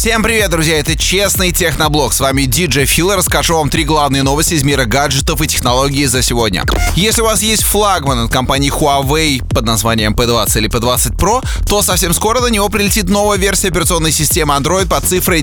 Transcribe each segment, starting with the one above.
Всем привет, друзья! Это Честный Техноблог. С вами DJ Phil. Расскажу вам 3 главные новости из мира гаджетов и технологий за сегодня. Если у вас есть флагман от компании Huawei под названием P20 или P20 Pro, то совсем скоро на него прилетит новая версия операционной системы Android под цифрой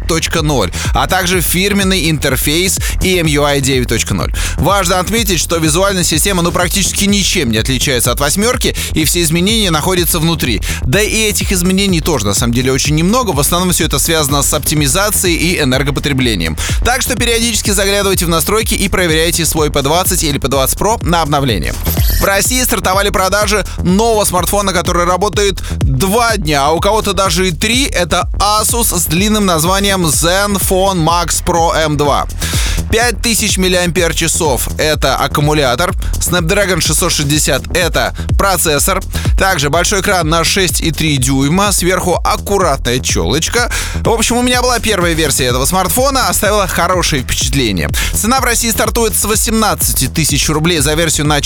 9.0, а также фирменный интерфейс EMUI 9.0. Важно отметить, что визуальная система практически ничем не отличается от восьмерки, и все изменения находятся внутри. Да и этих изменений тоже на самом деле очень немного. В основном все это связано с оптимизацией и энергопотреблением. Так что периодически заглядывайте в настройки и проверяйте свой P20 или P20 Pro на обновление. В России стартовали продажи нового смартфона, который работает 2 дня, а у кого-то даже и 3. Это Asus с длинным названием Zenfone Max Pro M2. 5000 мАч — это аккумулятор, Snapdragon 660 — это процессор, также большой экран на 6,3 дюйма, сверху аккуратная челочка. В общем, у меня была первая версия этого смартфона, оставила хорошее впечатление. Цена в России стартует с 18 тысяч рублей за версию на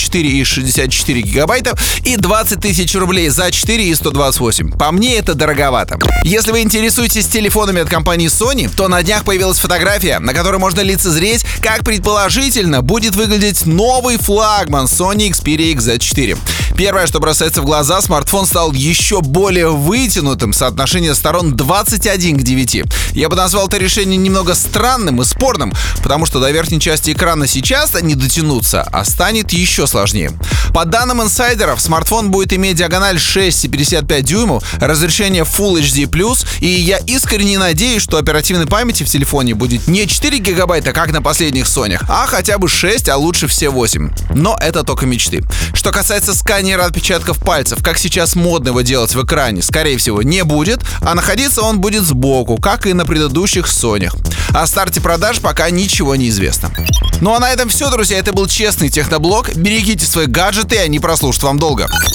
4,64 гигабайта и 20 тысяч рублей за 4,128. По мне, это дороговато. Если вы интересуетесь телефонами от компании Sony, то на днях появилась фотография, на которой можно лицезреть, как предположительно будет выглядеть новый флагман Sony Xperia XZ4. Первое, что бросается в глаза, смартфон стал еще более вытянутым, соотношение сторон 21 к 9. Я бы назвал это решение немного странным и спорным, потому что до верхней части экрана сейчас не дотянуться, а станет еще сложнее. По данным инсайдеров, смартфон будет иметь диагональ 6,55 дюймов, разрешение Full HD+, и я искренне надеюсь, что оперативной памяти в телефоне будет не 4 гигабайта, как на последних Сонях, а хотя бы 6, а лучше все 8. Но это только мечты. Что касается сканера отпечатков пальцев, как сейчас модно его делать в экране, скорее всего, не будет, а находиться он будет сбоку, как и на предыдущих Сонях. О старте продаж пока ничего не известно. Ну а на этом все, друзья. Это был Честный Техноблог. Берегите свои гаджеты, они прослужат вам долго.